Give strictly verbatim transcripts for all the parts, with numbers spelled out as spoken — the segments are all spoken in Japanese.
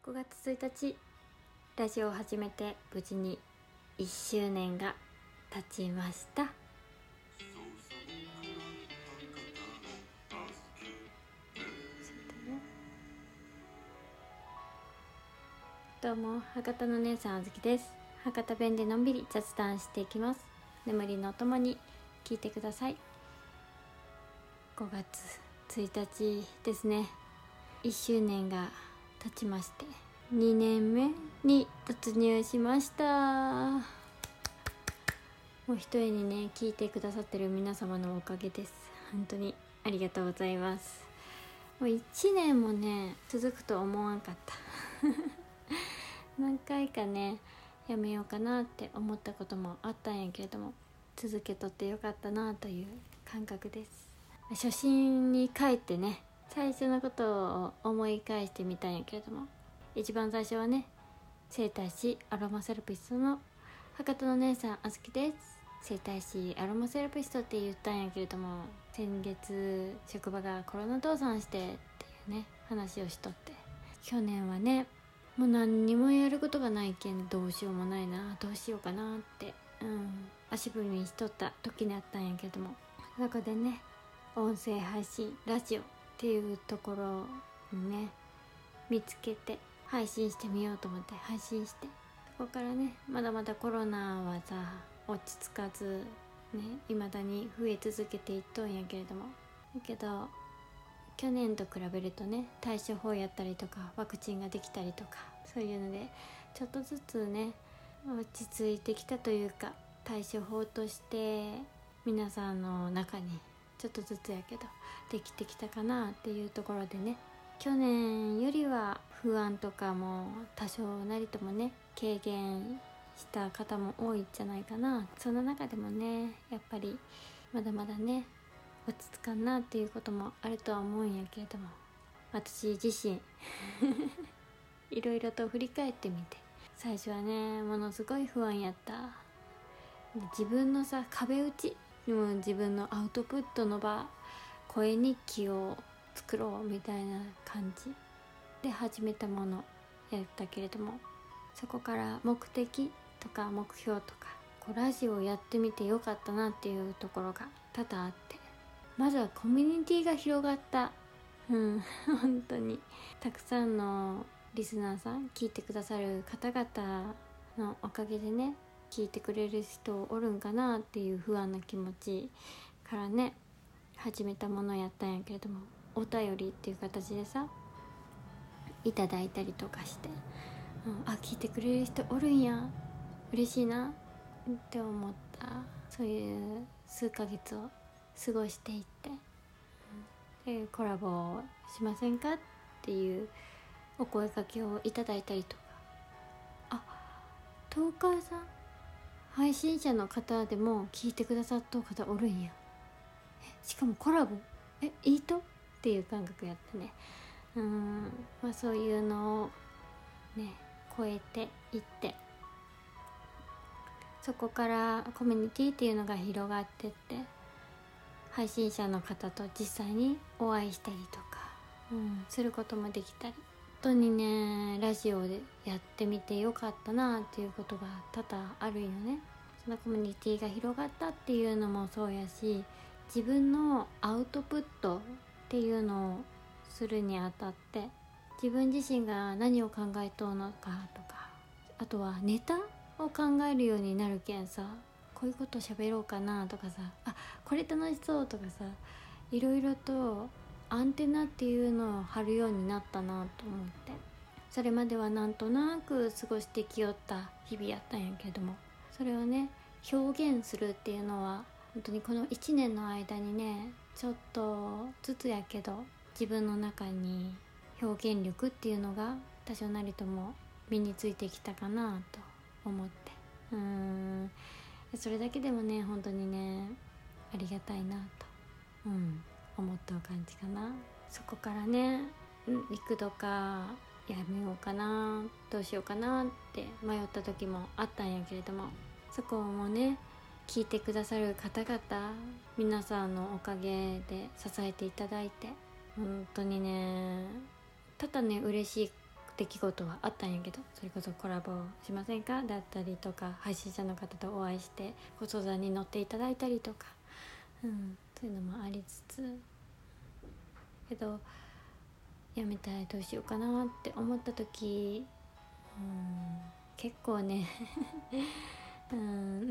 ごがつついたち、ラジオを始めて無事にいっしゅうねんが経ちました。どうも、博多の姉さんあずきです。博多弁でのんびり雑談していきます。眠りのおともに聞いてください。ごがつついたちですね。いっしゅうねんが経ちまして、にねんめに突入しました。もう一重にね、聞いてくださってる皆様のおかげです。本当にありがとうございます。もういちねんもね続くと思わんかった何回かねやめようかなって思ったこともあったんやけれども、続けとってよかったなという感覚です。初心に帰ってね、最初のことを思い返してみたんやけれども、一番最初はね、整体師アロマセラピストの博多の姉さんあずきです。整体師アロマセラピストって言ったんやけれども、先月職場がコロナ倒産してっていうね話をしとって、去年はねもう何にもやることがないけん、どうしようもないな、どうしようかなって、うん、足踏みしとった時にあったんやけども、そこでね音声配信ラジオっていうところにね見つけて配信してみようと思って配信して、そこからねまだまだコロナはさ落ち着かずね、未だに増え続けていっとんやけれども、だけど去年と比べるとね、対処法やったりとかワクチンができたりとか、そういうのでちょっとずつね落ち着いてきたというか、対処法として皆さんの中にちょっとずつやけどできてきたかなっていうところでね、去年よりは不安とかも多少なりともね軽減した方も多いんじゃないかな。その中でもねやっぱりまだまだね落ち着かんなっていうこともあるとは思うんやけれども、私自身いろいろと振り返ってみて、最初はねものすごい不安やった。自分のさ壁打ちでも自分のアウトプットの場、声日記を作ろうみたいな感じで始めたものやったけれども、そこから目的とか目標とか、こうラジオをやってみてよかったなっていうところが多々あって、まずはコミュニティが広がった。うん本当にたくさんのリスナーさん、聞いてくださる方々のおかげでね、聞いてくれる人おるんかなっていう不安な気持ちからね始めたものやったんやけれども、お便りっていう形でさいただいたりとかして、うん、あ聞いてくれる人おるんや、嬉しいなって思った。そういう数ヶ月を過ごしていって、でコラボしませんかっていうお声掛けをいただいたりとか、あトーカーさん配信者の方でも聞いてくださった方おるんや、えしかもコラボえいいとっていう感覚やってね、うーんまあそういうのをね超えていって、そこからコミュニティっていうのが広がってって、配信者の方と実際にお会いしたりとか、うん、することもできたり、本当にねラジオでやってみてよかったなっていうことが多々あるよね。そのコミュニティが広がったっていうのもそうやし、自分のアウトプットっていうのをするにあたって、自分自身が何を考えとうのかとか、あとはネタを考えるようになるけんさ、こういうこと喋ろうかなとかさ、あこれ楽しそうとかさ、いろいろとアンテナっていうのを張るようになったなと思って、それまではなんとなく過ごしてきよった日々やったんやけども、それをね表現するっていうのは本当にこのいちねんの間にねちょっとずつやけど自分の中に表現力っていうのが多少なりとも身についてきたかなと思って、うーんそれだけでもね本当にねありがたいなと、うん、思った感じかな。そこからね幾度かやめようかなどうしようかなって迷った時もあったんやけれども、そこもね聞いてくださる方々皆さんのおかげで支えていただいて、本当にねただね嬉しく出来事はあったんやけど、それこそコラボしませんかだったりとか、配信者の方とお会いしてご相談に乗っていただいたりとか、うん、そういうのもありつつ、けどやめたい、どうしようかなって思った時、うん、結構ねうん、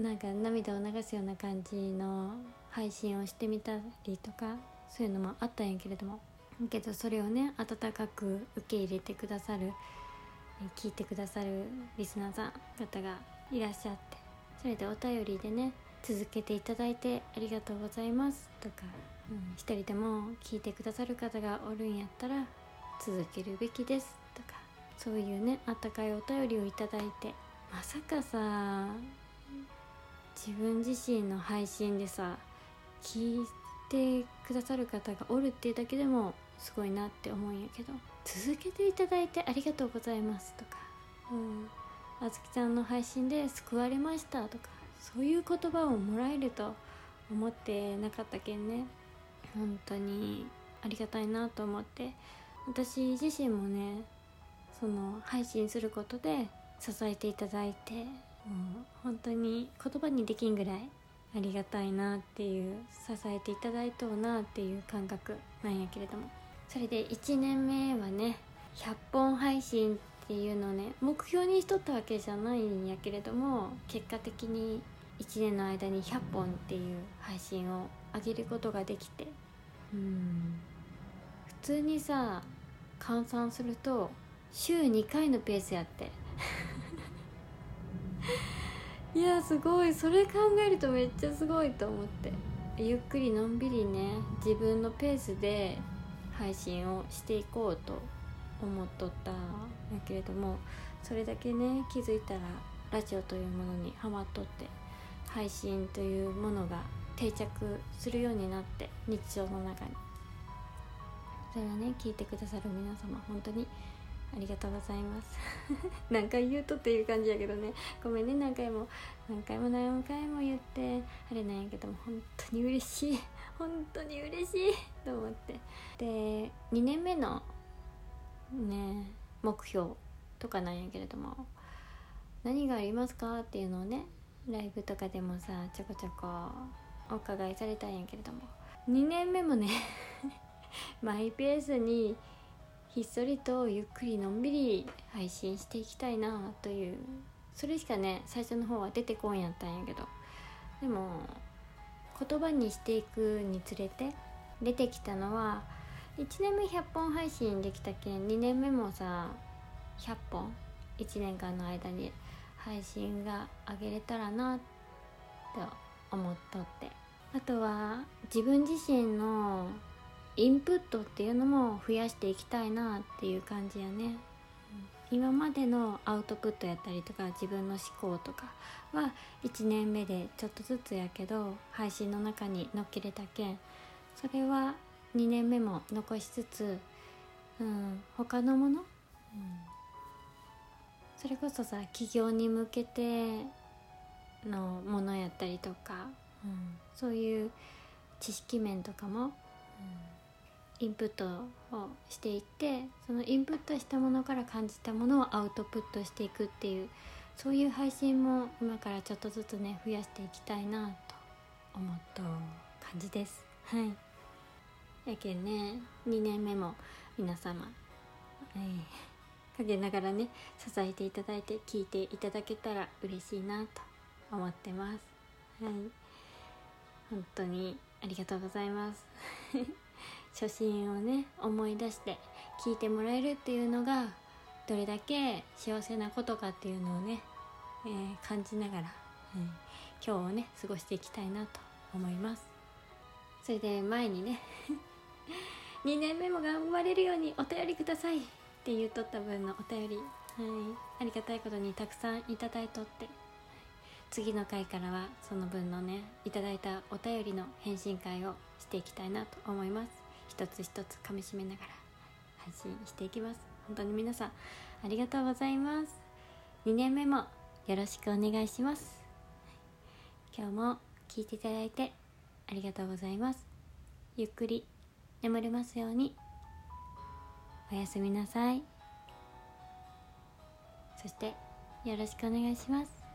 なんか涙を流すような感じの配信をしてみたりとか、そういうのもあったんやけれども、けどそれをね温かく受け入れてくださる、聞いてくださるリスナーさん方がいらっしゃって、それでお便りでね、続けていただいてありがとうございますとか、うん、一人でも聞いてくださる方がおるんやったら続けるべきですとか、そういうねあったかいお便りをいただいて、まさかさ、自分自身の配信でさ聞いてくださる方がおるっていうだけでもすごいなって思うんやけど、続けていただいてありがとうございますとか、うん、あずきちゃんの配信で救われましたとか、そういう言葉をもらえると思ってなかったけんね、本当にありがたいなと思って、私自身もねその配信することで支えていただいて、もう本当に言葉にできんぐらいありがたいなっていう、支えていただいとうなっていう感覚なんやけれども、それでいちねんめはねひゃっぽん配信っていうのをね目標にしとったわけじゃないんやけれども、結果的にいちねんの間にひゃっぽんっていう配信を上げることができて、うーん普通にさ換算すると週にかいのペースやっていやすごい、それ考えるとめっちゃすごいと思って、ゆっくりのんびりね自分のペースで配信をしていこうと思っとったんやけれども、それだけね気づいたらラジオというものにハマっとって、配信というものが定着するようになって、日常の中に、それをね聞いてくださる皆様本当にありがとうございます何回言うとっていう感じやけどね、ごめんね、何回も何回も何回も言ってあれなんやけども、本当に嬉しい本当に嬉しいと思って、でにねんめのね目標とかなんやけれども、何がありますかっていうのをねライブとかでもさちょこちょこお伺いされたんやけれども、にねんめもねマイペースにひっそりとゆっくりのんびり配信していきたいなという、それしかね最初の方は出てこんやったんやけど、でも言葉にしていくにつれて出てきたのは、いちねんめひゃっぽん配信できたけん、にねんめもさひゃっぽんいちねんかんの間に配信が上げれたらなって思っとって、あとは自分自身のインプットっていうのも増やしていきたいなっていう感じやね。今までのアウトプットやったりとか自分の思考とかはいちねんめでちょっとずつやけど配信の中に乗っけれたけん、それはにねんめも残しつつ、うん、他のもの、うん、それこそさ企業に向けてのものやったりとか、うん、そういう知識面とかも、うんインプットをしていって、そのインプットしたものから感じたものをアウトプットしていくっていう、そういう配信も今からちょっとずつね増やしていきたいなと思った感じです。はいやけんねにねんめも皆様、えー、陰ながらね支えていただいて聞いていただけたら嬉しいなと思ってます。はい本当にありがとうございます初心をね思い出して聞いてもらえるっていうのがどれだけ幸せなことかっていうのをね、えー、感じながら、うん、今日をね過ごしていきたいなと思います。それで前にねにねんめも頑張れるようにお便りくださいって言うとった分のお便り、はい、ありがたいことにたくさんいただいとって、次の回からはその分のねいただいたお便りの返信会をしていきたいなと思います。一つ一つ噛み締めながら配信していきます。本当に皆さんありがとうございます。にねんめもよろしくお願いします。今日も聞いていただいてありがとうございます。ゆっくり眠れますように。おやすみなさい。 そしてよろしくお願いします。